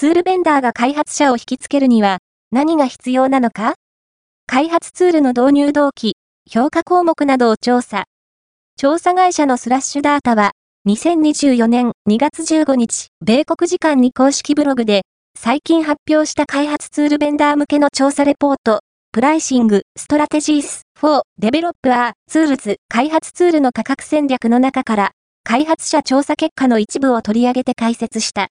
ツールベンダーが開発者を引きつけるには何が必要なのか？開発ツールの導入動機、評価項目などを調査。調査会社のスラッシュダータは、2024年2月15日、米国時間に公式ブログで、最近発表した開発ツールベンダー向けの調査レポート、プライシング、ストラテジース、for Developer Tools 開発ツールの価格戦略の中から、開発者調査結果の一部を取り上げて解説した。